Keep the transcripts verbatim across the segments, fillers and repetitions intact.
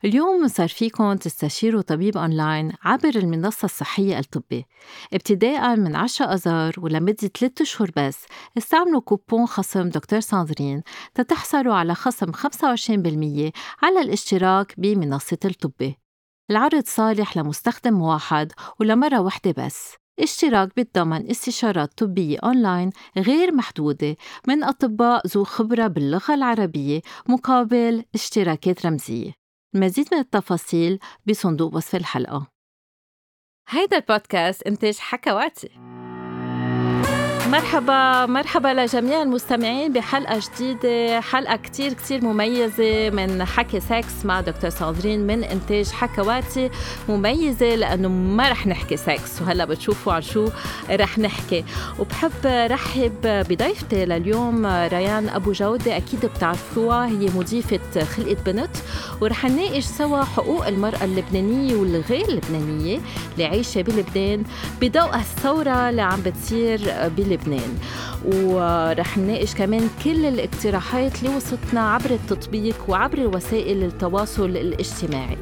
اليوم صار فيكم تستشيروا طبيب أونلاين عبر المنصة الصحية الطبي. ابتداءً من عشرة أذار ولمدة ثلاثة أشهر بس، استعملوا كوبون خصم دكتور ساندرين تتحصلوا على خصم خمسة وعشرين بالمية على الاشتراك بمنصة الطبي. العرض صالح لمستخدم واحد ولمرة واحدة بس. اشتراك بيتضمن استشارات طبية أونلاين غير محدودة من أطباء ذو خبرة باللغة العربية مقابل اشتراكات رمزية. المزيد من التفاصيل بصندوق وصف الحلقة. هيدا البودكاست إنتاج حكواتي. مرحبا مرحبا لجميع المستمعين بحلقة جديدة، حلقة كتير كتير مميزة من حكي سكس مع دكتور ساندرين من إنتاج حكواتي. مميزة لأنه ما رح نحكي سكس، وهلأ بتشوفوا عن شو رح نحكي. وبحب رحب بضيفتي لليوم ريان أبو جودة، أكيد بتعرفوها، هي مضيفة خلقة بنت، ورح نناقش سوا حقوق المرأة اللبنانية والغير لبنانية اللي عايشة بلبنان بضوء الثورة اللي عم بتصير بلبنان. لبنان. ورح نناقش كمان كل الاقتراحات اللي وصلتنا عبر التطبيق وعبر وسائل التواصل الاجتماعي.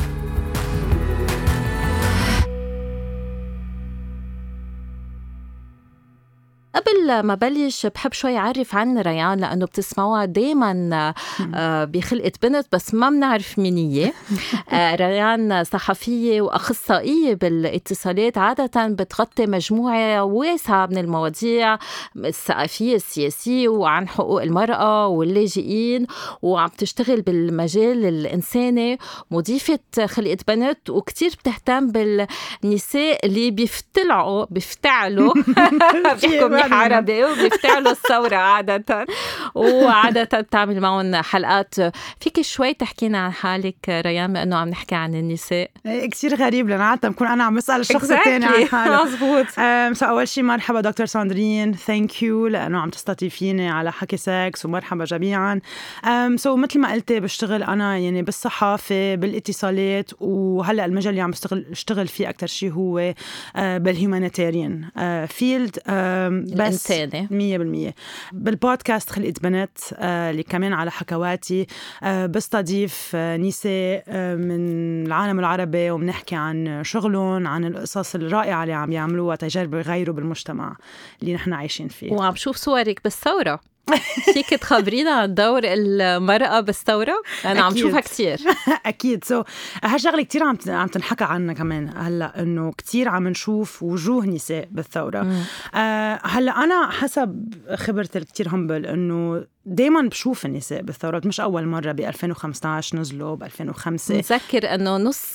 قبل ما بلش بحب شوي أعرف عن ريان، لأنه بتسمعوها دايماً بخلقة بنت بس ما بنعرف مين هي. ريان صحفية وأخصائية بالاتصالات، عادة بتغطي مجموعة واسعة من المواضيع الثقافية السياسية وعن حقوق المرأة واللاجئين، وعم تشتغل بالمجال الإنساني. مضيفة خلقة بنت، وكتير بتهتم بالنساء اللي بيفتلعوا بيفتعلوا بيحكوا عربي وبيفتعلوا الثورة عادة، وعادة بتعمل معهم حلقات. فيك شوي تحكينا عن حالك ريان، لأنه عم نحكي عن النساء؟ كتير غريب لأن عادة بكون أنا عم بسأل الشخص exactly. الثاني عن حاله. مزبوط. um, أول شيء مرحبا دكتور ساندرين، thank you لأنه عم تستضيفيني على حكي سكس، ومرحبا جميعا. um, so مثل ما قلتي بشتغل أنا يعني بالصحافة بالاتصالات، وهلأ المجال اللي عم بشتغل اشتغل فيه أكتر شيء هو uh, بالهيومانيتاريان فيلد uh, um, بس مية بالمية. بالبودكاست خلقة بنت آه اللي كمان على حكواتي آه بستضيف آه نساء آه من العالم العربي، وبنحكي عن شغلهم، عن القصص الرائعة اللي عم يعملوها تجارب يغيروا بالمجتمع اللي نحن عايشين فيه. وعم شوف صورك بالثورة. فيك تخبرينا عن دور المرأة بالثورة؟ أنا عم شوفها كتير. أكيد. سو هالشغلة كتير عم عم تنحكى عنها كمان هلا، إنه كتير عم نشوف وجوه نساء بالثورة. آه هلا أنا حسب خبرتي كتير همبل إنه دايما بشوف النساء بالثورات، مش أول مرة ب ألفين وخمسة عشر نزلوا، ب ألفين وخمسة نذكر أنه نص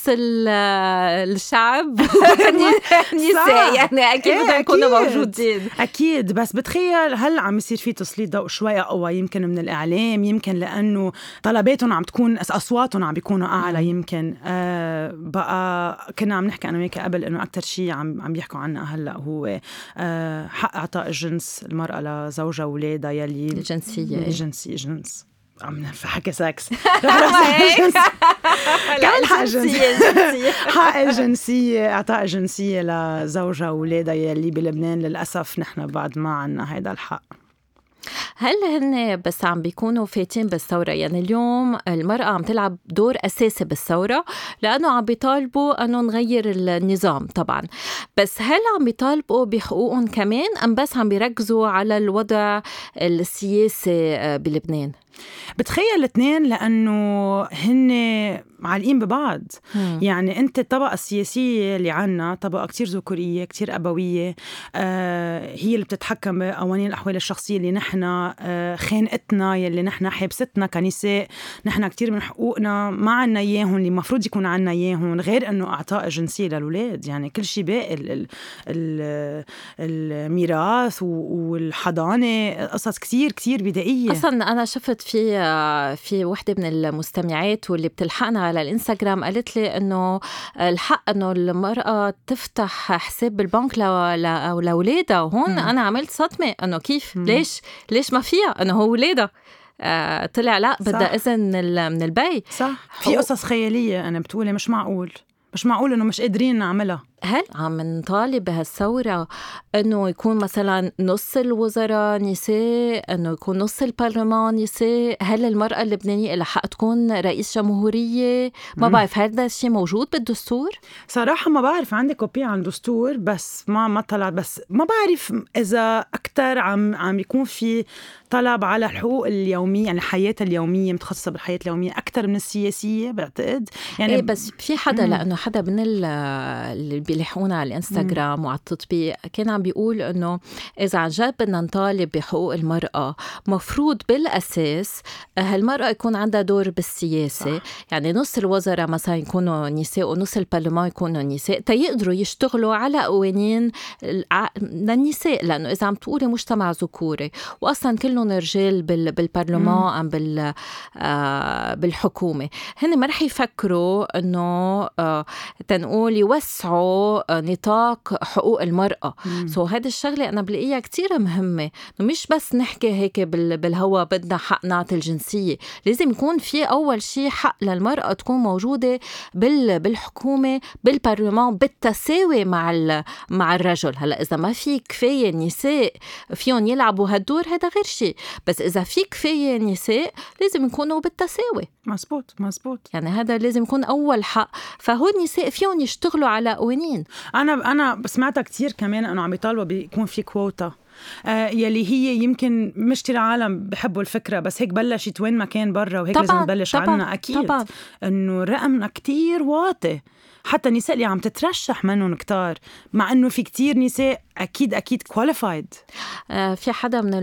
الشعب نساء، يعني أكيد بدهم يكونوا موجودين. أكيد. بس بتخيل هل عم يصير في تسليط ضوء شوي أقوى، يمكن من الإعلام، يمكن لأنه طلباتهم عم تكون أصواتهم عم بيكونوا أعلى. يمكن آه بقى كنا عم نحكي أنا وياك قبل إنه أكتر شيء عم عم بيحكوا عنه هلأ هو آه حق إعطاء الجنس المرأة لزوجها وولادها يلي الجنسية جنسي جنس عم في حكي سكس لا الجنسية حق الجنسية، إعطاء الجنسية لزوجها وولادها يلي بلبنان للأسف نحن بعد ما عنا هيدا الحق. هل هن بس عم بيكونوا فاتين بالثورة؟ يعني اليوم المرأة عم تلعب دور أساسي بالثورة لأنه عم بيطالبوا أنه نغير النظام طبعا، بس هل عم بيطالبوا بحقوقهم كمان أم بس عم بيركزوا على الوضع السياسي بلبنان؟ بتخيل الاثنين، لأنه هن معلقين ببعض. مم. يعني أنت الطبقة السياسية اللي عنا طبقة كتير ذكورية كتير أبوية، آه هي اللي بتتحكم بقوانين الأحوال الشخصية اللي نحن آه خانقتنا، يلي نحن حبستنا كنساء. نحن كتير من حقوقنا ما عنا إياهم اللي مفروض يكون عنا إياهم، غير أنه أعطاء الجنسية للولاد. يعني كل شيء باقي ال ال ال الميراث والحضانة، قصص كتير كتير بدائية. أصلا أنا شفت في في وحدة من المستمعات واللي بتلحقنا على الانستغرام قالت لي انه الحق انه المرأة تفتح حساب بالبنك لأولادها، وهون م. انا عملت صدمة انه كيف م. ليش ليش ما فيها انه هو ولادها. آه طلع لا بدها اذن من البي. صح. في قصص خيالية انا بتقولي مش معقول مش معقول انه مش قادرين نعملها. هل عم نطالب بهالثورة أنه يكون مثلا نص الوزراء نساء، أنه يكون نص البرلمان نساء؟ هل المرأة اللبنانية لها حق تكون رئيس جمهورية؟ ما بعرف هذا الشيء موجود بالدستور؟ صراحة ما بعرف، عندي كوبي عن دستور بس ما ما طلع، بس ما بعرف إذا أكتر عم عم يكون في طلب على الحقوق اليومية، يعني الحياة اليومية متخصصة بالحياة اليومية أكتر من السياسية بعتقد. يعني إيه بس في حدا، لأنه حدا من اللي بيلحقونا على الانستغرام وعلى التطبيق كان عم بيقول إنه إذا عن جد بدنا نطالب بحقوق المرأة مفروض بالأساس هالمرأة يكون عندها دور بالسياسة. صح. يعني نص الوزراء مثلا يكونوا نساء ونص البرلمان يكونوا نساء تيقدروا يشتغلوا على قوانين للنساء، لأنه إذا عم تقولي مجتمع ذكوري وأصلا كلهم رجال بالبرلمان أم بال بالحكومة، هن ما رح يفكروا إنه تنقول يوسعوا نطاق حقوق المرأة. سو هذا الشغلة أنا بلاقيها كتير مهمة، مش بس نحكي هيك بالهوا بدنا حق نعطي الجنسية، لازم يكون في أول شيء حق للمرأة تكون موجودة بالحكومة بالبرلمان بالتساوي مع مع الرجل. هلا إذا ما في كفاية نساء فيهم يلعبوا هالدور هذا غير شيء، بس إذا في كفاية نساء لازم يكونوا بالتساوي. مزبوط مزبوط، يعني هذا لازم يكون أول حق. فهو النساء فيهم يشتغلوا على قوانين. أنا أنا سمعتها كتير كمان أنه عم يطالبوا بيكون في كووتا، آه يلي هي يمكن مش كتير عالم بحبوا الفكرة، بس هيك بلشت وين ما كان برا وهيك لازم نبلش عنا. أكيد طبعاً. أنه رقمنا كتير واطي، حتى النساء اللي عم تترشح منهم كتار، مع أنه في كتير نساء أكيد أكيد كواليفايد. آه في حدا من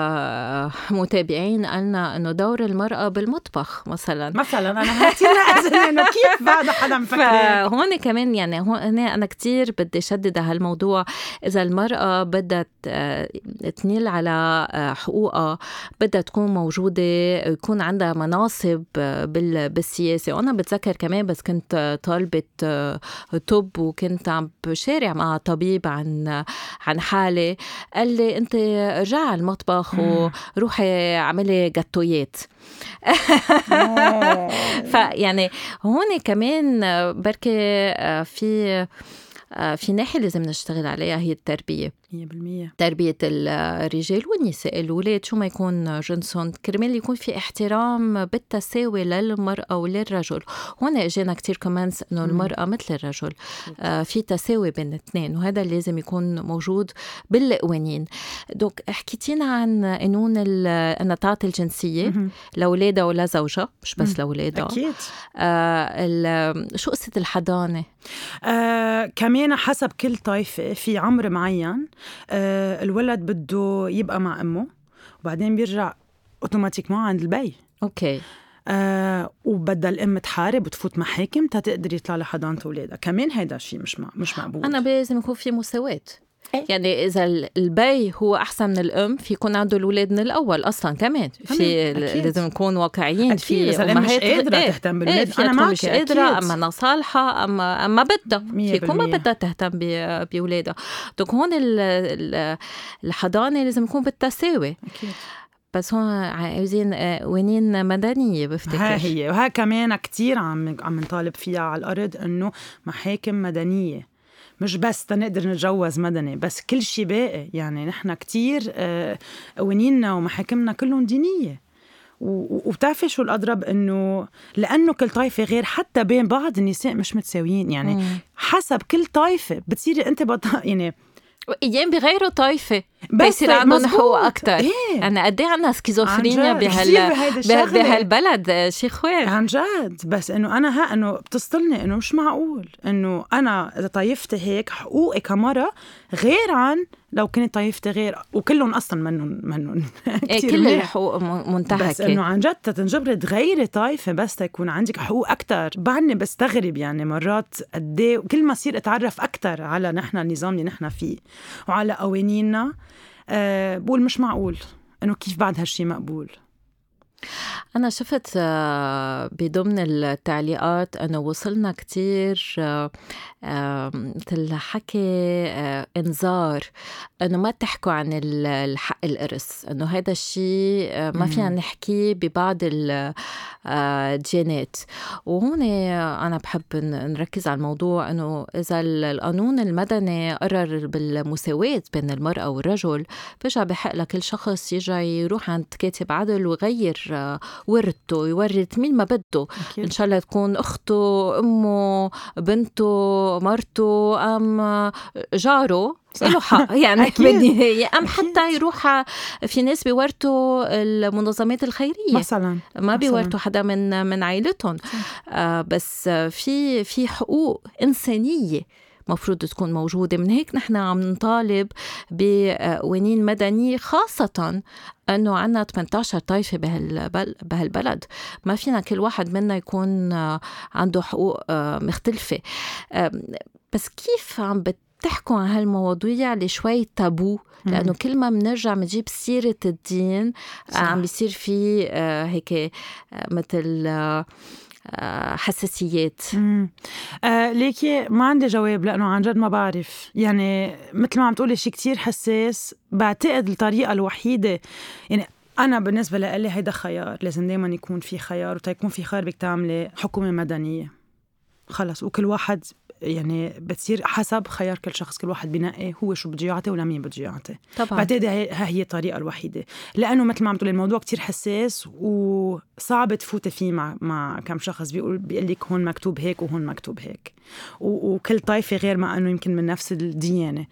المتابعين قالنا أنه دور المرأة بالمطبخ مثلا مثلا أنا هاتي نأزل أنه كيف بعد حدا مفكر. فهون كمان يعني هون أنا كتير بدي شدد هالموضوع. إذا المرأة بدها تنيل على حقوقها بدها تكون موجودة، يكون عندها مناصب بالسياسة. وأنا بتذكر كمان بس كنت طالبة طب وكنت عم بشارع مع طبيب عن عن حالي، قال لي أنت رجع على المطبخ وروحي عملي جاتويات. فيعني هون كمان بركي في في ناحية لازم نشتغل عليها، هي التربية. مية بالمية تربية الرجال والنساء الولاد شو ما يكون جنسهم، كرمال يكون في احترام بالتساوي للمرأة وللرجل. هون اجينا كتير كمان انه المرأة مثل الرجل، آه في تساوي بين الاثنين، وهذا اللي لازم يكون موجود بالقوانين. دوك حكيتينا عن قانون النطاعات الجنسية لأولادها ولا زوجها، مش بس لأولادها. أكيد. آه شو قصة الحضانة؟ آه كمان حسب كل طائفة في عمر معين، آه الولد بده يبقى مع أمه وبعدين بيرجع أوتوماتيك معه عند البي. أوكي. آه وبدأ الأم تحارب وتفوت محاكم تقدر يطلع لحضانة أولادها. كمان هيدا شيء مش مع مش مقبول. أنا لازم يكون في مساواة. يعني إذا البي هو أحسن من الأم في يكون عنده الولاد من الأول أصلاً. كمان في لازم نكون واقعيين. في أمهات مش قادرة إيه؟ تهتم بالولاد. إيه؟ أنا معك مش قادرة، أما أنا صالحة، أما أما بدها في يكون ما بدها تهتم بولادها. دوك هون الحضانة لازم يكون بالتساوي. أكيد. بس هون عايزين قوانين مدنية بفتكر. ها هي وها كمان كتير عم عم نطالب فيها على الأرض، إنه محاكم مدنية، مش بس تنقدر نتجوز مدني بس كل شيء باقي. يعني نحن كتير قوانيننا ومحاكمنا كلهم دينية. وبتعرفي شو الأضرب؟ إنه لأنه كل طائفة غير، حتى بين بعض النساء مش متساويين. يعني مم. حسب كل طائفة بتصيري أنت بطا يعني ايام بغيروا طائفه بس يصير عندهم حقوق اكثر. إيه؟ انا قد ايه عندنا سكيزوفرينيا بهال بهالبلد شي خوير عن جد. بس انه انا ها انه بتسطلني انه مش معقول انه انا اذا طايفتي هيك حقوقي كمرة غير عن لو كنت طايفتي غير، وكلهم اصلا منهم منهم كتير كل الحقوق منتهكه. بس انه عن جد تنجبري تغيري طائفه بس تكون عندك حقوق اكثر. بعدني بستغرب يعني مرات قد ايه كل ما صير اتعرف اكثر على نحن النظام اللي نحن فيه وعلى قوانيننا، أه بقول مش معقول انه كيف بعد هالشي مقبول. أنا شفت بضمن التعليقات أنه وصلنا كتير مثل حكي إنذار أنه ما تحكوا عن الحق الإرث، أنه هذا الشيء ما فينا نحكي ببعض الديانات. وهون أنا بحب نركز على الموضوع أنه إذا القانون المدني قرر بالمساواة بين المرأة والرجل، فجأة بحق لكل شخص يجي يروح عند كاتب عدل ويغير ورثته، يورث مين ما بده. أكيد. إن شاء الله تكون أخته، أمه، بنته، مرته، أم جاره، له حق يعني بالنهاية. أم حتى يروح في ناس بيورثوا المنظمات الخيرية مثلا، ما بيورثوا حدا من من عائلتهم. آه بس في في حقوق إنسانية مفروض تكون موجودة. من هيك نحن عم نطالب بقوانين مدنية، خاصة أنه عنا ثمانية عشر طائفة بهالبلد، ما فينا كل واحد منا يكون عنده حقوق مختلفة. بس كيف عم بتحكوا عن هالمواضيع اللي شوي تابو؟ لأنه كل ما بنرجع بنجيب سيرة الدين صح. عم بيصير في هيك مثل حساسيات. آه ليكي ما عندي جواب، لأنه عن جد ما بعرف. يعني مثل ما عم تقولي شيء كتير حساس. بعتقد الطريقة الوحيدة، يعني أنا بالنسبة لي هيدا خيار، لازم دايما يكون في خيار، وتيكون في خيار بدك تعملي حكومة مدنية خلص، وكل واحد يعني بتصير حسب خيار كل شخص، كل واحد بينقي هو شو بده يعطي ولا مين بده يعطي. طبعا بعتقد هي هي الطريقه الوحيده، لانه مثل ما عم تقولي الموضوع كتير حساس وصعب تفوتي فيه مع مع كم شخص بيقول بيقول لك هون مكتوب هيك وهون مكتوب هيك، وكل طائفه غير، ما انه يمكن من نفس الديانه.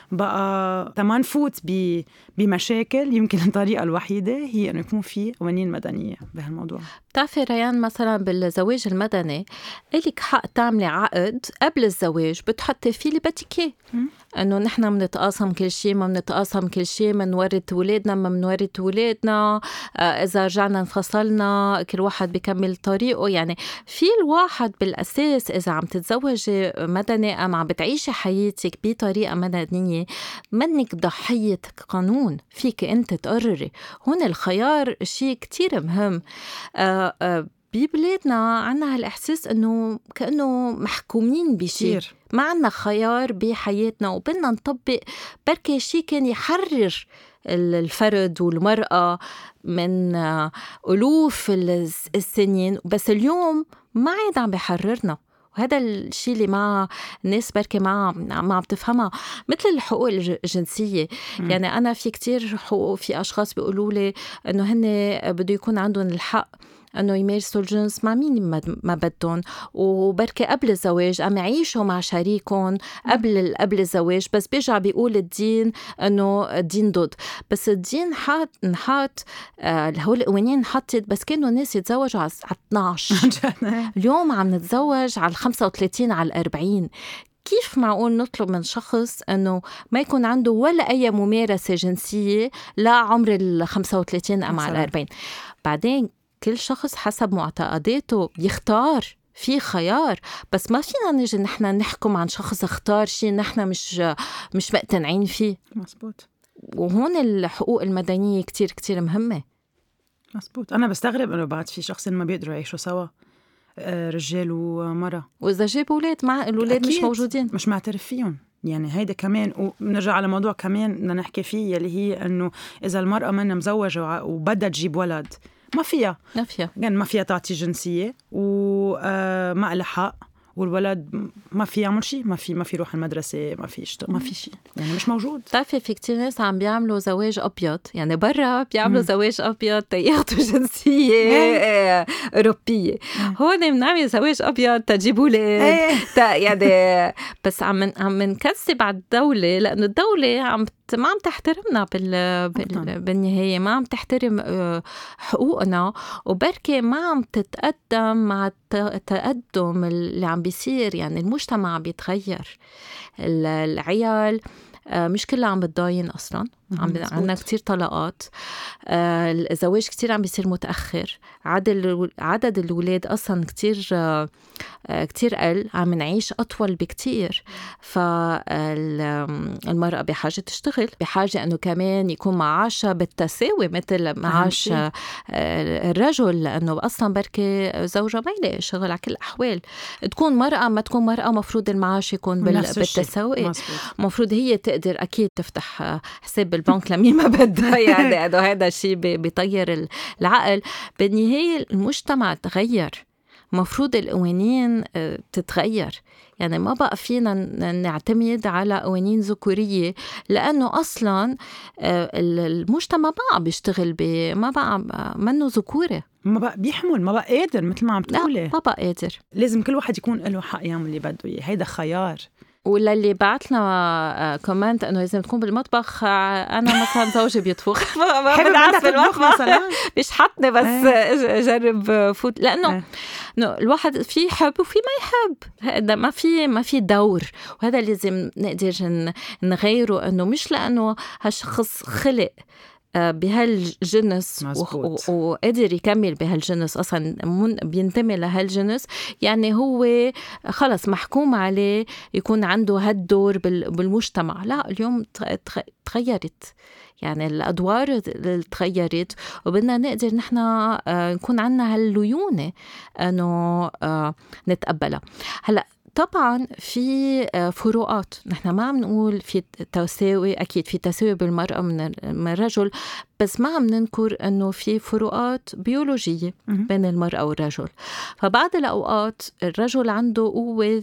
بقى تما نفوت بمشاكل، يمكن الطريقه الوحيده هي انه يكون في قوانين مدنيه بهالموضوع. بتعرفي ريان، مثلا بالزواج المدني إلك حق تعملي عقد قبل الزواج بتحطي فيه اللي بدك اياه، انه نحن بنتقاسم كل شيء، ما بنتقاسم كل شيء، بنورث ولادنا ما بنورث ولادنا، آه اذا رجعنا انفصلنا كل واحد بيكمل طريقه. يعني في الواحد بالاساس اذا عم تتزوجي مدني ام عم بتعيشي حياتك بطريقه مدنيه، منك ضحيه قانون، فيك انت تقرري. هون الخيار شيء كتير مهم. آه آه ببلادنا عنا هالإحساس إنه كأنه محكومين بشيء، ما عنا خيار بحياتنا، وبدنا نطبق بركي شيء كان يحرر الفرد والمرأة من ألوف السنين، بس اليوم ما عاد عم بحررنا. وهذا الشيء اللي مع الناس بركي ما ما عم تفهمها، مثل الحقوق الجنسية. م. يعني أنا في كتير حقوق، في أشخاص بيقولوا لي إنه هن بده يكون عندهم الحق أنه يمارسوا الجنس مع مين ما بدهم، وبركة قبل الزواج أم يعيشوا مع شريكهم قبل قبل الزواج، بس بيرجع بيقول الدين أنه الدين ضد. بس الدين حاط نحط آه هو القوانين حطت، بس كانوا الناس يتزوجوا على اثنا عشر اليوم عم نتزوج على خمسة وثلاثين على الأربعين. كيف معقول نطلب من شخص أنه ما يكون عنده ولا أي ممارسة جنسية لا عمر ال خمسة وثلاثين أم على الأربعين؟ بعدين كل شخص حسب معتقداته يختار، في خيار، بس ما فينا نجي نحن نحكم عن شخص اختار شيء نحن مش مش مقتنعين فيه. مزبوط. وهون الحقوق المدنية كتير كتير مهمة. مزبوط. أنا بستغرب إنه بعد في شخصين ما بيقدروا يعيشوا سوا، رجال ومرأة، وإذا جابوا أولاد مع الأولاد مش موجودين، مش معترف فيهم. يعني هيدا كمان، ونرجع على موضوع كمان بدنا نحكي فيه، اللي هي إنه إذا المرأة منها مزوجة وبدها تجيب ولد، ما فيها ما فيها يعني ما فيها تعطي جنسية، وما لها حق، والولد ما في يعمل شيء، ما في ما في يروح المدرسة، ما في يشتغل، ما في شيء، يعني مش موجود. بتعرفي في كتير ناس عم بيعملوا زواج أبيض، يعني برا بيعملوا مم. زواج أبيض تياخدوا جنسية أوروبية. هون بنعمل زواج أبيض تجيبوا لي يعني، بس عم عم نكذب على الدولة، لأنه الدولة عم ما عم تحترمنا بال... بال... بالنهاية، ما عم تحترم حقوقنا، وبركة ما عم تتقدم مع التقدم اللي عم بيصير. يعني المجتمع عم بيتغير، العيال مش كلها عم بتضاين أصلاً، عم عندنا كتير طلاقات، آه الزواج كتير عم بيصير متأخر، عدد عدد الأولاد أصلا كتير آه كتير قل، عم نعيش أطول بكتير. فالمرأة بحاجة تشتغل، بحاجة أنه كمان يكون معاشها بالتساوي مثل معاش الرجل، لأنه أصلا بركة زوجها ما يلاقي شغل على كل الأحوال. تكون مرأة ما تكون مرأة مفروض المعاش يكون بالتساوي، مفروض هي تقدر أكيد تفتح حساب بالبنك لمين ما بدها يعني أنه هذا الشيء بيطير العقل. بالنهاية المجتمع تغير، مفروض القوانين تتغير، يعني ما بقى فينا نعتمد على قوانين ذكورية، لأنه أصلاً المجتمع ما بقى بيشتغل ب ما بقى منه ذكوري، ما بقى بيحمل، ما بقى قادر مثل ما عم تقولي. لا ما بقى قادر. لازم كل واحد يكون له حق يعمل اللي بده إياه، هيدا خيار. ولا اللي بعتنا كومنت انه لازم تكون بالمطبخ، انا مثلا زوجي بيطبخ ما بدعس بالمطبخ مش حطني بس جرب فوت، لانه الواحد في يحب وفي ما يحب، هذا ما في ما في دور، وهذا لازم نقدر نغيره، انه مش لانه هالشخص خلق بهالجنس وقادر يكمل بهالجنس، أصلا بينتمي لهالجنس، يعني هو خلص محكوم عليه يكون عنده هالدور بالمجتمع. لا، اليوم تغيرت، يعني الأدوار تغيرت، وبدنا نقدر نحن نكون عنا هالليونة أنه نتقبلها. هلأ طبعا في فروقات، نحن ما عم نقول في تساوي، أكيد في تساوي بالمرأة من الرجل، بس ما عم ننكر أنه في فروقات بيولوجية بين المرأة والرجل. فبعض الأوقات الرجل عنده قوة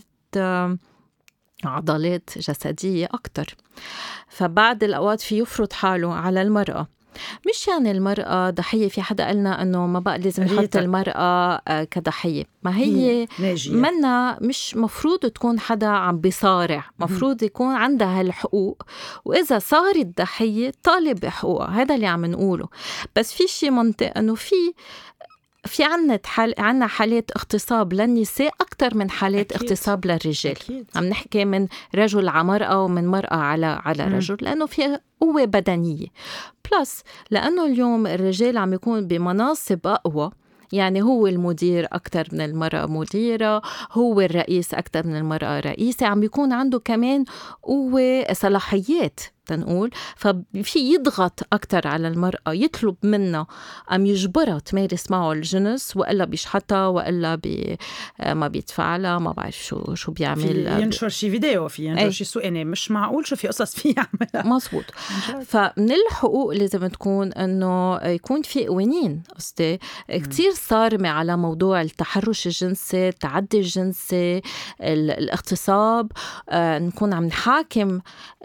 عضلات جسدية أكتر، فبعض الأوقات في يفرض حاله على المرأة. مش يعني المرأة ضحية، في حدا قالنا أنه ما بقى لازم نحط المرأة كضحية، ما هي منا مش مفروض تكون حدا عم بيصارع، مفروض يكون عندها هالحقوق، وإذا صارت ضحية طالب بحقوقها، هذا اللي عم نقوله. بس في شي منطق أنه في في عنا حال عنا حالات اغتصاب للنساء أكتر من حالات أكيد. اغتصاب للرجال. أكيد. عم نحكي من رجل على مرأة ومن مرأة على على م. رجل، لأنه في قوة بدنية بلس، لأنه اليوم الرجال عم يكون بمناصب أقوى، يعني هو المدير أكتر من المرأة مديرة، هو الرئيس أكتر من المرأة رئيسة، عم يكون عنده كمان قوة صلاحيات تنقول، ففي يضغط أكتر على المرأة، يطلب منها أم يجبرها تمارس معه الجنس، وإلا بيشحتها، وإلا بي ما بيدفع لها، ما بعرف شو شو بيعمل، ينشر شي فيديو، في ينشر شي سوء، يعني مش معقول شو في قصص فيه يعملها. مزبوط. فمن الحقوق لازم تكون أنه يكون في قوانين، قصدي كتير صارمة على موضوع التحرش الجنسي، التعدي الجنسي، الاغتصاب، آه نكون عم نحاكم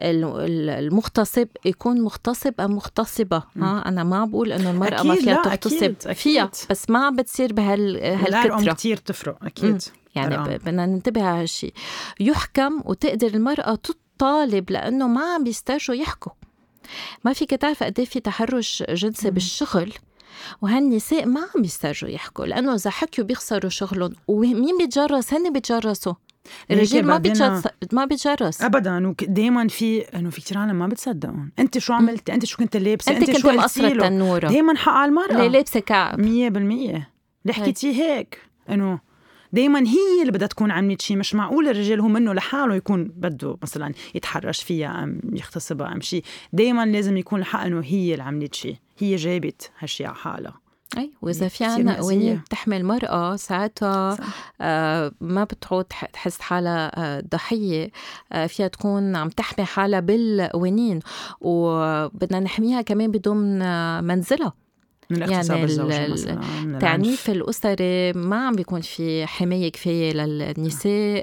المغتصب يكون مغتصب أم مغتصبة. ها أنا ما بقول إنه المرأة ما فيها تغتصب، فيها، بس ما بتصير بهالكثرة، كتير تفرق أكيد. م. يعني بدنا ننتبه على هالشيء، يحكم وتقدر المرأة تطالب، لأنه ما عم بيسترجوا يحكوا. ما فيك تعرف قد ايه في تحرش جنسي م. بالشغل، وهالنساء ما عم بيسترجوا يحكوا، لأنه إذا حكوا بيخسروا شغلهم، ومين بيتجرس؟ هن بيتجرسوا، الرجال ما بيتجرس ما بيتجرس ابدا. ودائما في انه في كثير عالم ما بتصدقون انت شو عملتي، انت شو كنت لابسه، انت, انت شو مقصره التنوره، دائما حق على المراه اللي لابسه كعب مية بالمية. اللي حكيتي هيك انه دايما هي اللي بدها تكون عملت شيء، مش معقول الرجال هو منه لحاله يكون بده مثلا يتحرش فيها أم يغتصبها أم شيء، دايما لازم يكون الحق انه هي اللي عملت شيء، هي جابت هالشيء على حالها. أي، وإذا في عنا قوانين بتحمل مرأة ساعتها آه ما بتعود تحس حالها آه ضحية، آه فيها تكون عم تحمي حالها بالقوانين، وبدنا نحميها كمان بدون آه منزلها من يعني مثلا التعنيف الأسري، ما عم بيكون في حماية كفاية للنساء.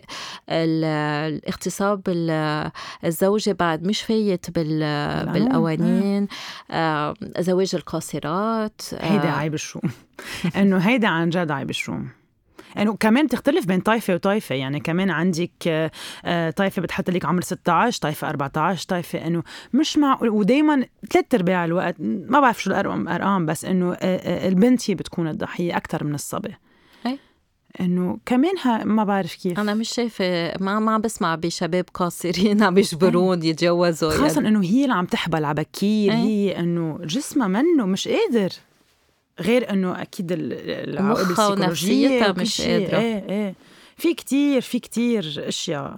الاغتصاب الزوجي بعد مش فايت بالقوانين. آه زواج القاصرات هيدا عيب الشوم انه هيدا عن جد عيب الشوم، انه كمان تختلف بين طائفه وطائفه. يعني كمان عندك طائفه بتحط لك عمر ستة عشر، طائفه أربعة عشر، طائفه انه مش معقول. ودايما ثلاث ارباع الوقت ما بعرف شو الارقام ارقام بس انه البنت هي بتكون الضحيه اكثر من الصبي. إنه كمان ها ما بعرف كيف أنا مش شايفة ما ما عم بسمع بشباب قاصرين عم يجبرون يتجوزوا خاصة يعني. إنه هي اللي عم تحبل عبكير إيه. هي إنه جسمها منه مش قادر غير إنه أكيد العوائل مخها السيكولوجية ونفسيتها وكل مش شيء. قادرة. إيه إيه في كتير في كتير أشياء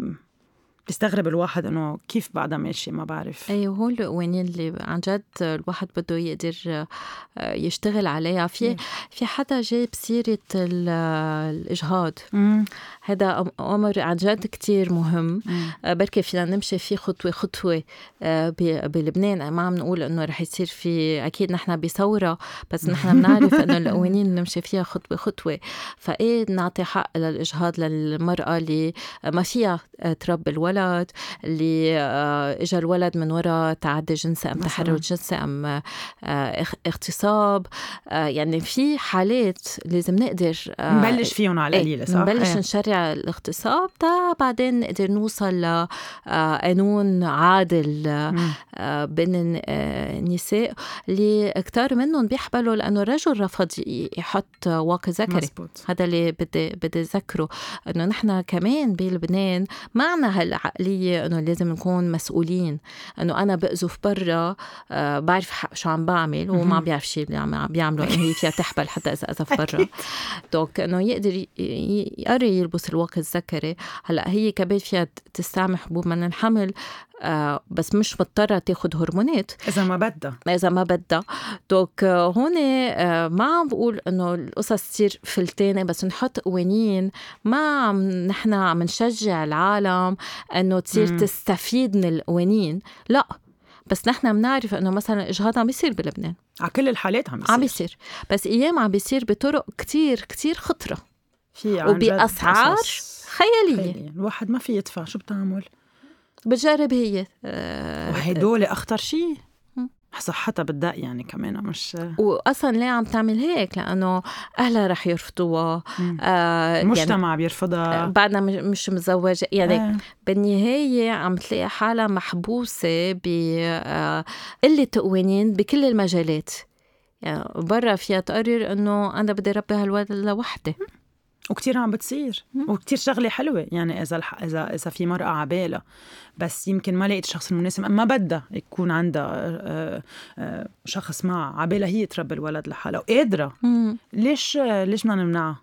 بيستغرب الواحد إنه كيف بعدها ماشي ما بعرف. أيوه هو القوانين اللي عن جد الواحد بده يقدر يشتغل عليها. في في حدا جايب سيرة الإجهاض. مم. هذا أمر عن جد كتير مهم. بركي فينا نمشي فيه خطوة خطوة بلبنان. ما عم نقول إنه رح يصير في أكيد نحن بثورة بس نحن بنعرف إنه القوانين نمشي فيها خطوة خطوة. فإيه نعطي حق للإجهاض للمرأة اللي ما فيها تربي الولد اللي اجى الولد من وراء تعدي جنسي ام تحرر جنسي ام اغتصاب. يعني في حالات لازم نقدر نبلش فيهم على القليله صح نبلش ايه. نشرع الاغتصاب تا بعدين نقدر نوصل لقانون عادل بين النساء اللي كتار منهم بيحبلوا لانه الرجل رفض يحط واقي ذكري. هذا اللي بدي بدي اذكره انه نحن كمان بلبنان معنا هالعقليه انه لازم نكون مسؤولين انه انا بقذف برا آه بعرف شو عم بعمل وما بيعرف شيء اللي عم بيعمله انه هي فيها تحبل حتى اذا قذف برا. دونك انه يقدر يقري يلبس الواقي الذكري. هلا هي كمان فيها تستعمل حبوب من الحمل آه بس مش مضطرة تاخد هرمونات إذا ما بدها إذا ما بدها. دوك آه هون آه ما عم بقول إنه القصص تصير فلتانة بس نحط قوانين. ما عم نحن عم نشجع العالم إنه تصير م. تستفيد من القوانين لا بس نحن بنعرف إنه مثلا إجهاض عم بيصير بلبنان على كل الحالات عم بيصير. عم بيصير بس أيام عم بيصير بطرق كتير كتير خطرة في وبأسعار خيالية. خيالية الواحد ما في يدفع شو بتعمل بتجرب هي أه وهدول أخطر شيء صحتها بالدق يعني كمان مش وأصلا ليه عم تعمل هيك لأنه أهلها رح يرفضوها آه مجتمع يعني بيرفضها بعدنا مش مزوجة يعني آه. بالنهاية عم تلاقي حالها محبوسة بقلة قوانين بكل المجالات. يعني برا فيها تقرر أنه أنا بدي ربي هالولد لوحدي وكتير عم بتصير وكتير شغلة حلوة. يعني إذا الح... إذا إذا في مرأة عبالة بس يمكن ما لقيت الشخص المناسب ما بدها يكون عندها شخص مع عبالة هي تربي الولد لحالها وقادرة. ليش ليش بدنا نمنعها؟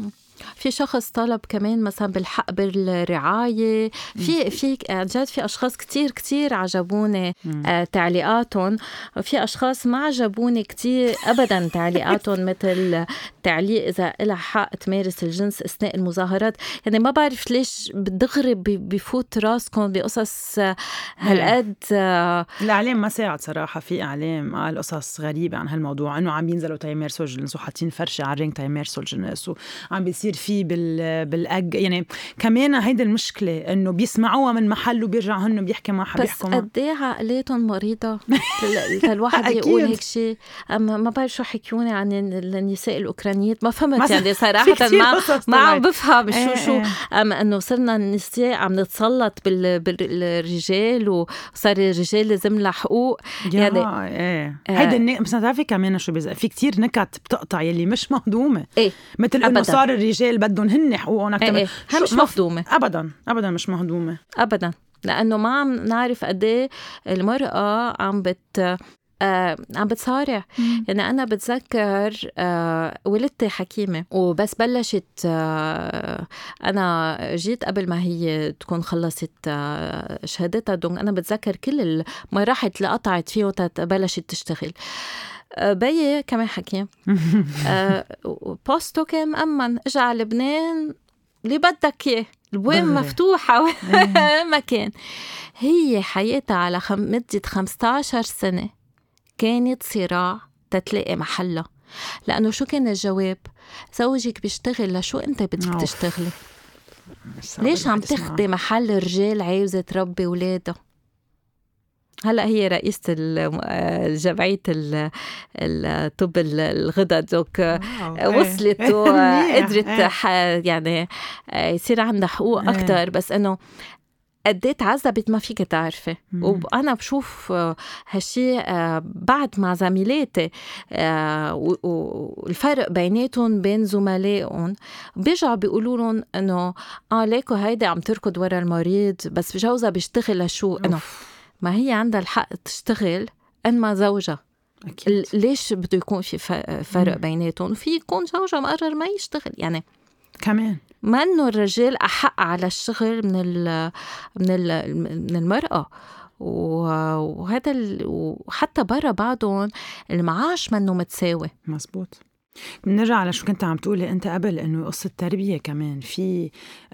في شخص طلب كمان مثلا بالحق بالرعاية. في في جد في أشخاص كتير كتير عجبوني آه تعليقاتهم. في أشخاص ما عجبوني كتير أبدا تعليقاتهم مثل تعليق إذا إلها حق تمارس الجنس أثناء المظاهرات. يعني ما بعرف ليش بدغري بفوت راسكم بقصص هالقد آه الإعلام ما ساعد صراحة. في إعلام قال قصص غريبة عن هالموضوع إنه عم ينزلوا تيمارسوا الجنس وحاطين فرشة على الرينج تيمارسوا الجنس وعم بيصير فيه بال بالأج. يعني كمان هيدا المشكلة إنه بيسمعوها من محل وبيرجعوا هن بيحكي معها بيحكوا بس قد ايه عقلاتهم مريضة الواحد يقول هيك شيء. أما ما بعرف شو حكيوني عن النساء الأوكرانيات ما فهمت يعني صراحة ما ما عم بفهم شو شو أما إنه صرنا النساء عم نتسلط بال بالرجال وصار الرجال لازم له حقوق. يعني ايه هيدا النك... بس تعرفي كمان شو بيزق في كتير نكت بتقطع يلي مش مهضومة. ايه مثل إنه صار الرجال بدهم هن حقوقهم أكتر. ايه ايه مش مهضومة أبدا أبدا مش مهضومة أبدا لأنه ما عم نعرف قد ايه المرأة عم بت آه، عم بتصارع. يعني أنا بتذكر آه، ولدتي حكيمة وبس بلشت آه، أنا جيت قبل ما هي تكون خلصت آه، شهادتها. دون أنا بتذكر كل المراحل اللي قطعت فيه بلشت تشتغل. آه، بيي كمان حكيم آه، بوستو كان مأمن اجى على لبنان اللي بدك اياه البوين مفتوحة ما كان. هي حياتها على خم... مدة خمسة عشر سنة كانت صراع تتلاقي محلها. لأنه شو كان الجواب؟ زوجك بيشتغل لشو أنت بدك تشتغلي؟ ليش عم تخدي محل رجال عاوزة تربي ولادها؟ هلأ هي رئيسة جمعية الطب الغدد دوك وصلت وقدرت يعني يصير عندها حقوق أكتر. بس أنه قد ايه تعذبت ما فيك تعرفي. وأنا بشوف هالشي بعد مع زميلاتي والفرق بيناتهم بين زملائهم بيرجعوا بيقولوا لهم إنه آه ليكو هيدا عم تركض ورا المريض بس جوزها بيشتغل لشو. إنه ما هي عندها الحق تشتغل إن ما زوجها. أكيد. ليش بده يكون في فرق بيناتهم؟ في يكون زوجها مقرر ما يشتغل يعني كمان ما إنه الرجال أحق على الشغل من ال من ال من المرأة. وهذا وحتى برا بعضهم المعاش منه متساوي. مزبوط. بنرجع على شو كنت عم تقولي أنت قبل إنه قصة تربية كمان في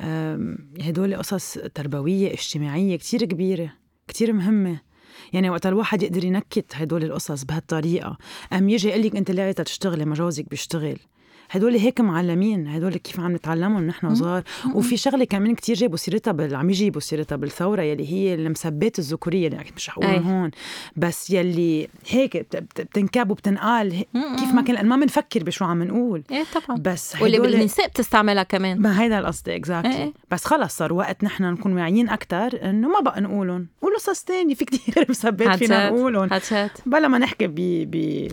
هدول قصص تربوية اجتماعية كتير كبيرة كتير مهمة. يعني وقت الواحد يقدر ينكت هدول القصص بهالطريقة أم يجي يقلك أنت لاقيتها تشتغلي ما جوزك بيشتغل. هدول هيك معلمين، هدول كيف عم نتعلمهم نحن صغار. وفي شغله كمان كتير جابوا سيرتها بال عم يجيبوا سيرتها بالثوره يلي هي المسبات الذكوريه اللي مش حقول هون بس يلي هيك بتنكب وبتنقال كيف ما كان ما بنفكر بشو عم نقول. ايه طبعا. بس واللي بالنساء بتستعملها كمان. ما هيدا القصد اكزاكتلي. ايه. بس خلص صار وقت نحن نكون واعيين اكثر انه ما بقى نقولهم. قولوا قصص ثانيه في كتير مسبات فينا نقولهم بلا ما نحكي ب ب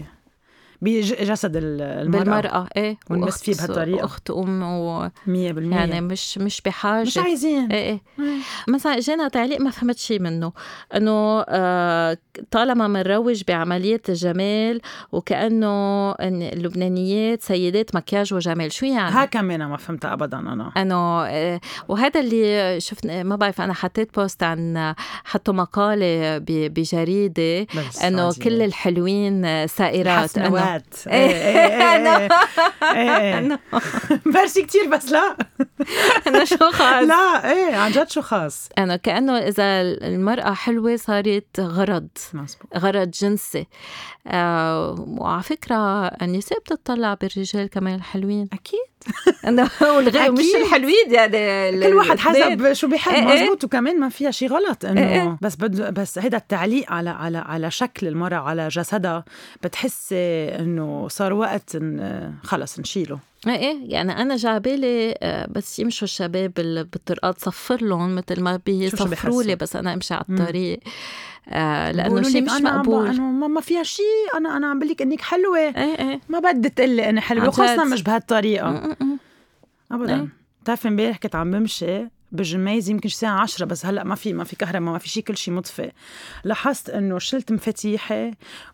بجسد المرأة بالمرأة. ايه ونمس فيه بهالطريقة أخت أم و مية بالمية يعني مش مش بحاجة مش عايزين. ايه ايه. مثلا جينا تعليق ما فهمت شي منه انه آه طالما منروج بعملية الجمال وكأنه إن اللبنانيات سيدات مكياج وجمال. شو يعني؟ ها كمان ما فهمتها ابدا انا انه آه وهذا اللي شفنا ما بعرف انا حطيت بوست عن حطوا مقالة بجريدة انه كل الحلوين سائرات. ايه ايه ايه برشي كتير بس لا أنا شو خاص. لا ايه عن جد شو خاص. أنا كأنه إذا المرأة حلوة صارت غرض مزبوط. غرض جنسي. آه وعلى فكرة النساء بتطلع بالرجال كمان الحلوين. أكيد. والغير مش الحلوين يعني كل واحد حسب شو بيحب. إيه مزبوط. وكمان ما فيها شي غلط إنه إيه بس بد بس هيدا التعليق على على على شكل المرأة على جسدها بتحس إنه صار وقت إن خلص نشيله. ايه يعني انا جعبالي بس يمشوا الشباب بالطرقات صفر لهم مثل ما بيصفروا لي بس انا امشي على الطريق. آه لانه شيء مش مقبول. انه ما فيها شيء. انا انا عم بقول لك انك حلوه. ايه ايه. ما بدي تقلي انا حلوه خاصه مش بهالطريقه ابدا. ايه. بتعرفي امبارح كنت عم بمشي بالجميز يمكن الساعة عشرة بس هلأ ما في ما في كهرباء ما في شيء كل شيء مطفئ. لاحظت إنه شلت مفاتيحي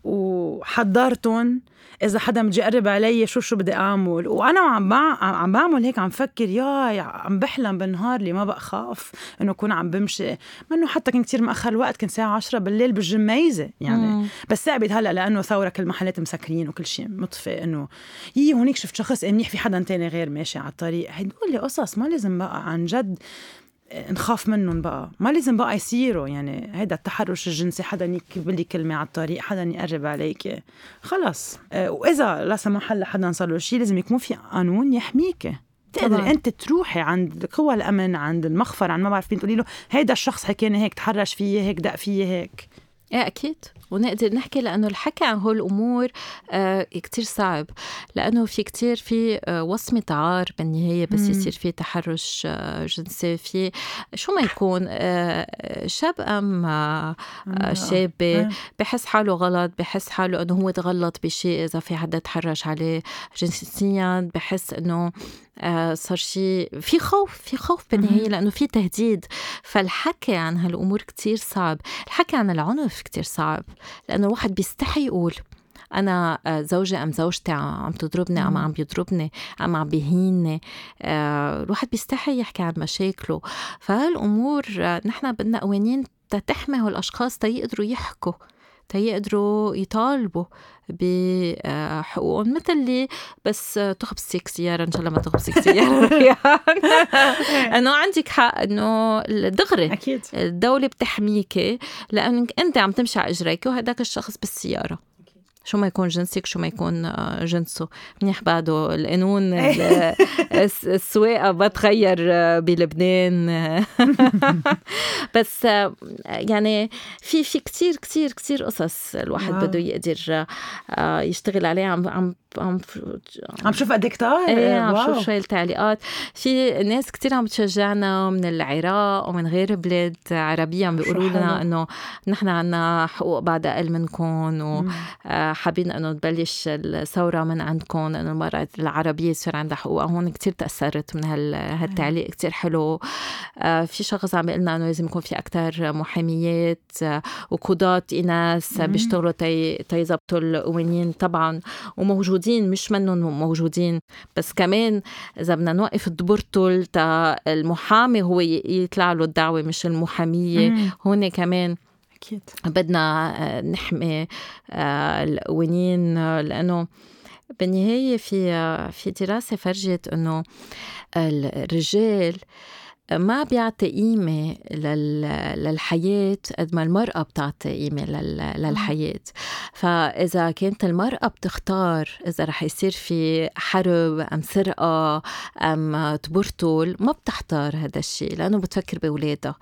وحضرتهم إذا حدا مجي يقرب علي شو شو بدي أعمل. وأنا عم عم بعمل هيك عم فكر يا عم بحلم بالنهار اللي ما بقى خاف إنه كون عم بمشي منه حتى كان كتير مأخر الوقت كان الساعة عشرة بالليل بالجميزة يعني. مم. بس صعبت هلأ لأنه ثورة كل المحلات مسكرين وكل شيء مطفئ. إنه يي هونيك شفت شخص منيح في حدا تاني غير ماشي على الطريق. هدول قصص ما لازم بقى عن جد نخاف منهم بقى. ما لازم بقى يصيروا يعني هيدا التحرش الجنسي حدا يكتب لي كلمة على الطريق حدا يقرب عليك خلص. وإذا لا سمح الله حدا صار له شيء لازم يكون في قانون يحميك. تقدر أنت تروحي عند قوى الأمن عند المخفر عند ما بعرف مين تقولي له هيدا الشخص حكيني هيك تحرش فيه هيك دق فيه هيك. ايه اكيد. ونقدر نحكي لانه الحكي عن هول الامور آه كتير صعب لانه في كتير في آه وصمه عار بالنهايه بس مم. يصير في تحرش آه جنسي في شو ما يكون آه شاب ام آه آه شابه بحس حاله غلط بحس حاله انه هو تغلط بشيء اذا في حدا تحرش عليه جنسيا بحس انه آه صار شيء في خوف في خوف بالنهايه لانه في تهديد. فالحكي عن هالامور كتير صعب. الحكي عن العنف كتير صعب لأنه الواحد بيستحي يقول أنا زوجي أم زوجتي عم تضربني أم عم بيضربني أم عم بيهيني. الواحد بيستحي يحكي عن مشاكله. فهالأمور نحن بدنا قوانين تحمي هالأشخاص تيقدروا يحكوا تيقدروا يطالبوا بحقوقهم مثل اللي بس تخبصيك سيارة إن شاء الله ما تخبصيك سيارة أنه عندك حق أنه دغري أكيد. الدولة بتحميك لأنك أنت عم تمشي على إجريك وهداك الشخص بالسيارة شو ما يكون جنسك شو ما يكون جنسه. منيح بعده القانون السواقة بتغير بلبنان. بس يعني في في كتير كتير كتير قصص الواحد بده يقدر يشتغل عليه. عم عم عم عم شوف قد كتار. ايه عم شوف شوي التعليقات. في ناس كتير عم بتشجعنا من العراق ومن غير بلاد عربية عم بيقولوا لنا انه نحن عنا حقوق بعد اقل منكم وحابين انه تبلش الثورة من عندكم انه المرأة العربية يصير عندها حقوق. هون كتير تأثرت من هالتعليق كتير حلو. في شخص عم بيقولنا انه لازم يكون في اكتر محاميات وقضاة إناث بيشتغلوا تي تيزبطوا القوانين طبعا وموجود مش منهم موجودين. بس كمان إذا بدنا نوقف الدبرتول تا المحامي هو يطلع له الدعوة مش المحامية. هون كمان أكيد بدنا نحمي القوانين لأنه بالنهاية في في دراسة فرجت إنه الرجال ما بيعطي قيمة للحياة قد ما المرأة بتعطي قيمة للحياة. فإذا كانت المرأة بتختار إذا رح يصير في حرب أم سرقة أم تبرتول ما بتختار هذا الشيء لأنه بتفكر بأولادها.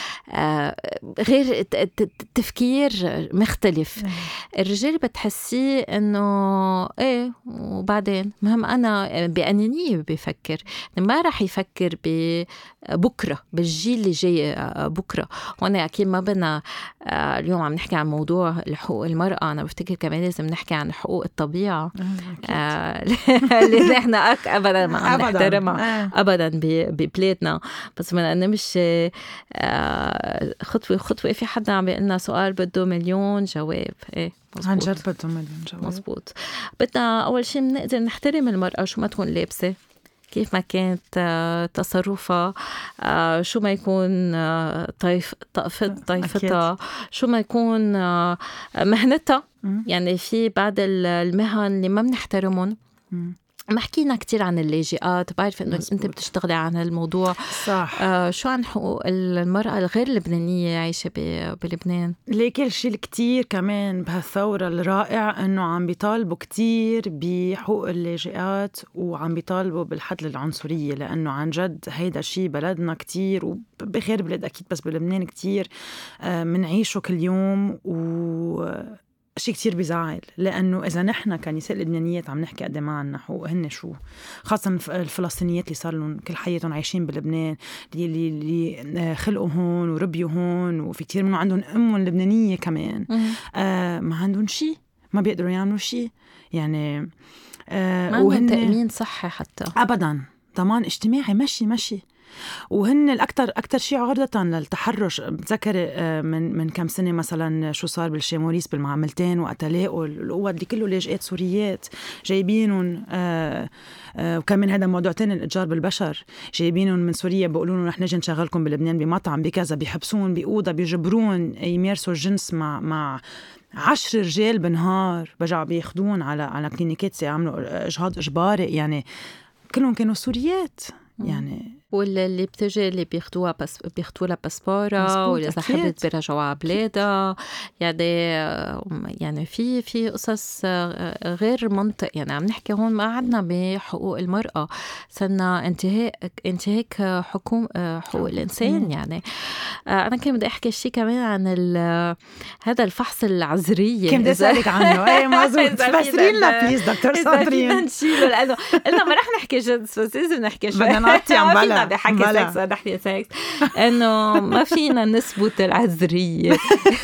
غير التفكير مختلف. الرجال بتحسيه إنه إيه وبعدين مهم أنا بأنانية بيفكر ما رح يفكر ب بكرة بالجيل اللي جاي بكرة. وانا اكيد ما بدنا اليوم عم نحكي عن موضوع حقوق المرأة. انا بفتكر كمان لازم نحكي عن حقوق الطبيعة اللي نحن ابدا ما عم نحترمها ابدا ببلادنا. بس بدنا نمشي خطوة خطوة. في حدا عم بيقلنا سؤال بده مليون جواب. ايه عن جد بده مليون جواب. مزبوط. بدنا اول شيء نقدر نحترم المرأة شو ما تكون لابسة كيف ما كانت تصرفها شو ما يكون طيف طيفتها شو ما يكون مهنتها. يعني في بعض المهن اللي ما بنحترمهم. ما حكينا كتير عن اللاجئات. بعرف انه انت بتشتغلي عن الموضوع صح. آه شو عن حقوق المرأة الغير لبنانية عايشة بلبنان؟ ليك الشيء الكتير كمان بهالثورة الرائع انه عم بيطالبوا كتير بحقوق اللاجئات وعم بيطالبوا بالحد للعنصرية لانه عن جد هيدا شيء بلدنا كتير وبغير بلاد اكيد بس بلبنان كتير آه منعيشه كل يوم و شيء كتير بيزعل لأنه إذا نحن كنساء لبنانيات عم نحكي قد ما عنا حقوق هن شو خاصة الفلسطينيات اللي صار لهم كل حياتهم عايشين بلبنان اللي اللي خلقوا هون وربيوا هون وفي كتير منهم عندهم أمهم لبنانية كمان آه ما عندهم شيء ما بيقدروا يعملوا شيء يعني آه ما عندهم تأمين صحي حتى أبدا ضمان اجتماعي ماشي ماشي وهن الأكثر أكثر شيء عرضة للتحرش. بتذكر من من كم سنة مثلا شو صار بالشيموريس بالمعاملتين وقت لاقوا القوات اللي كله لاجئات سوريات جايبينهم آه آه وكمان هذا موضوع تاني الإتجار بالبشر جايبينهم من سوريا بيقولوا لهم رح نجي نشغلكم بلبنان بمطعم بكذا بيحبسون بأوضة بيجبرون يمارسوا الجنس مع مع عشر رجال بنهار برجعوا بياخدون على على كلينيكات يعملوا إجهاض إجباري يعني كلهم كانوا سوريات يعني. واللي بتجي اللي بياخدوها بس بياخدوا لها باسبورة واللي إذا حبت بيرجعوها على بلادها يعني يعني في في قصص غير منطق. يعني عم نحكي هون ما عدنا بحقوق المرأة صرنا انتهاك انتهاك حكوم حقوق الإنسان. يعني أنا كان بدي أحكي شيء كمان عن هذا الفحص العذرية كم بدي أسألك عنه. أي مظبوط فسرين لنا بليز دكتور ساندرين. نشيله لأنه قلنا ما رح نحكي جنس بس لازم نحكي شوي بدنا نعطي عم بلا بدي حكي سكس نحكي سكس إنه ما فينا نثبت العذرية.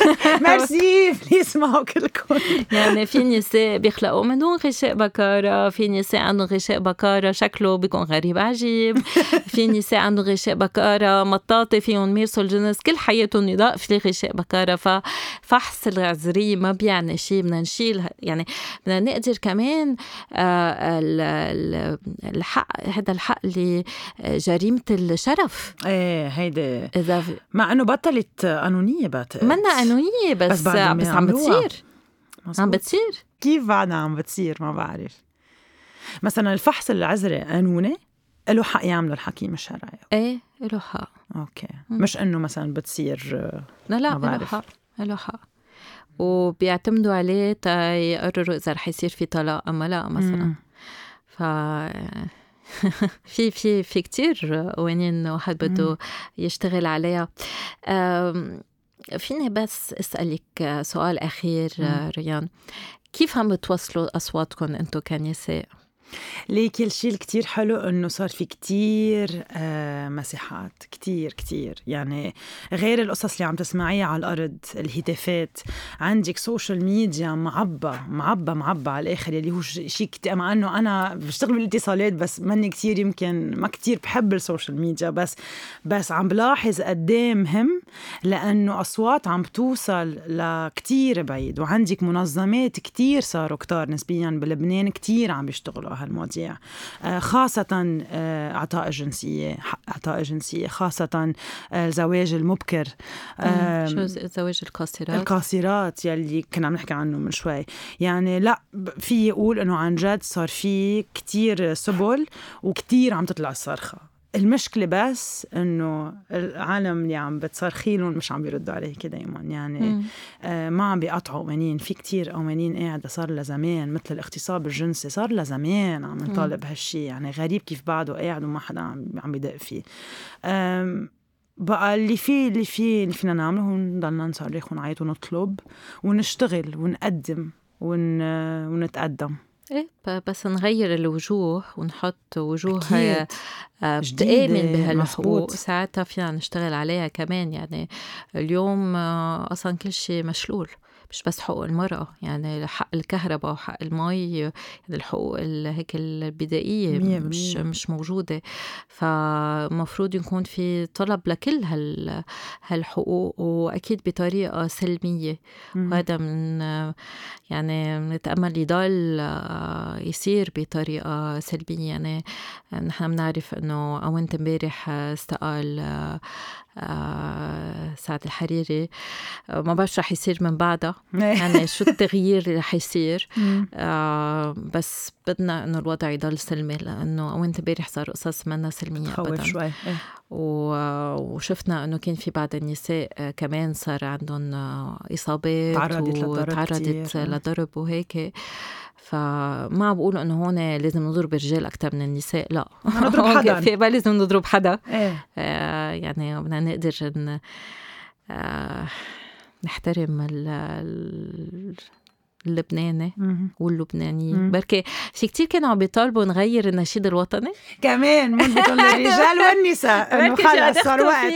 ميرسي بليز معه كلكم. يعني في نساء بيخلقوا من دون غشاء بكارة في نساء عندهم غشاء بكارة شكله بيكون غريب عجيب في نساء عندهم غشاء بكارة مطاطة فيهم ميرسوا الجنس كل حياتهم يضاء في غشاء بكارة. ففحص العذرية ما بيعني شيء. بدنا نشيل يعني بدنا نقدر كمان آه الحق هذا الحق اللي جريمة الشرف. ايه هيدا إذا مع انه بطلت قانونية بقت منا قانونية بس بس, بس عم بتصير مصبوط. عم بتصير كيف بعدها عم بتصير ما بعرف. مثلا الفحص العذري قانوني له حق يعمله الحكيم الشرعي. ايه له حق. اوكي م. مش انه مثلا بتصير لا لا له حق له حق وبيعتمدوا عليه تا يقرروا إذا رح يصير في طلاق أما لا مثلا. ف في في في كتير قوانين واحد بده يشتغل عليها. فيني بس أسألك سؤال أخير ريان، كيف عم بتوصلوا أصواتكم أنتو كنساء؟ ليه كل شيء الكتير حلو إنه صار في كتير آه مساحات كتير كتير، يعني غير القصص اللي عم تسمعيها على الأرض، الهتافات، عندك سوشيال ميديا معبى معبى معبى على الآخر، اللي هو شيء كتير، مع إنه أنا بشتغل بالاتصالات بس مني كتير، يمكن ما كتير بحب السوشيال ميديا، بس بس عم بلاحظ قديه مهم، لأنه أصوات عم توصل لكتير بعيد، وعندك منظمات كتير صاروا كتار نسبيا بلبنان كتير عم بيشتغلوا هالمواضيع، خاصة أعطاء الجنسية أعطاء الجنسية خاصة الزواج المبكر، شو الزواج القاصرات القاصرات يلي كنا عم نحكي عنه من شوي. يعني لا في يقول إنه عن جد صار في كتير سبل وكتير عم تطلع الصرخة. المشكلة بس إنه العالم اللي عم بتصرخيلهم مش عم بيردوا عليك دايما، يعني آه ما عم بيقطعوا قوانين. في كتير قوانين قاعدة صار لزمان، مثل الاغتصاب الجنسي صار لزمان عم نطالب هالشي، يعني غريب كيف بعده قاعد وما حدا عم عم بيدق فيه. بقى اللي فيه اللي فيه اللي فينا نعمله هو نضلنا نصرخ ونعيط ونطلب ونشتغل ونقدم ون ونتقدم. إيه بس نغير الوجوه ونحط وجوه بتآمن بهالحقوق، ساعتها فينا نشتغل عليها كمان. يعني اليوم أصلا كل شيء مشلول، مش بس حقوق المرأة، يعني حق الكهرباء وحق المي، يعني الحقوق هيك البدائية مش مش موجودة. فمفروض يكون في طلب لكل هال هالحقوق، وأكيد بطريقة سلمية. وهذا من يعني نتأمل يضل يصير بطريقة سلبية. يعني نحن بنعرف إنه أوانت امبارح استقال آه سعد الحريري، ما بعرف رح يصير من بعدها يعني شو التغيير اللي رح يصير. آه بس بدنا إنه الوضع يضل سلمي، لأنه أوانت امبارح صار قصص منا سلمية أبدا شوي. وشفنا إنه كان في بعض النساء كمان صار عندهم إصابات تعرضت وتعرضت لضرب وهيك. فما عم بقول انه هون لازم نضرب الرجال اكثر من النساء، لا نضرب حدا، في بالي لازم نضرب حدا. إيه؟ آه يعني بدنا نقدر ن... آه نحترم ال... اللبناني واللبنانية. بركي في كتير كانوا عم بيطالبوا نغير النشيد الوطني كمان من بطل الرجال والنساء، انه خلص صار وقت.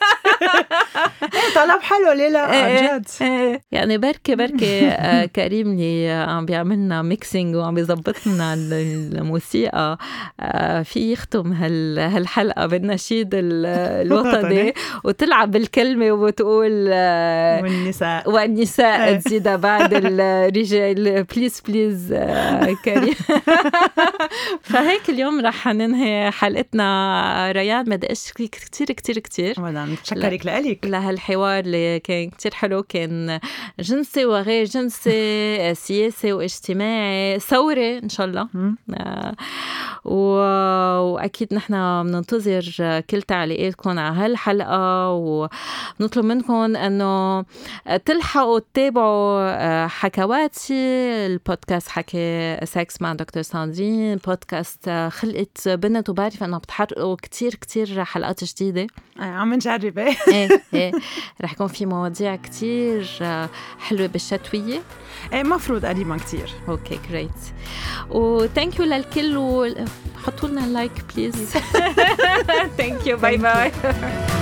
طلب حلو ليه لا عن جد. يعني بركي بركي كريم اللي عم بيعملنا ميكسينج وعم بيظبطنا الموسيقى في يختم هالحلقة بالنشيد الوطني وتلعب بالكلمة وبتقول والنساء والنساء تزيد بعد ال رجال بليز بليز كريم. فهيك اليوم رح ننهي حلقتنا. ريان بدي أشكرك كتير كتير كتير. أنا بتشكرك لأليك لهالحوار اللي كان كتير حلو، كان جنسي وغير جنسي، سياسي واجتماعي، ثورة إن شاء الله. آه وأكيد نحنا بننتظر كل تعليقاتكم على هالحلقة، ونطلب منكم أنه تلحقوا تتابعوا حكواتي البودكاست حكي سكس مع دكتور ساندرين، بودكاست خلقت بنت، وبعرف أنه بتحرقوا كتير كتير حلقات جديدة. عم نجرب. ايه ايه رح يكون في مواضيع كتير حلوة بالشتوية، ايه مفروض قريبا كتير. اوكي جريت، وثانك يو للكل، وحطوا لنا لايك بليز. ثانك يو، باي باي.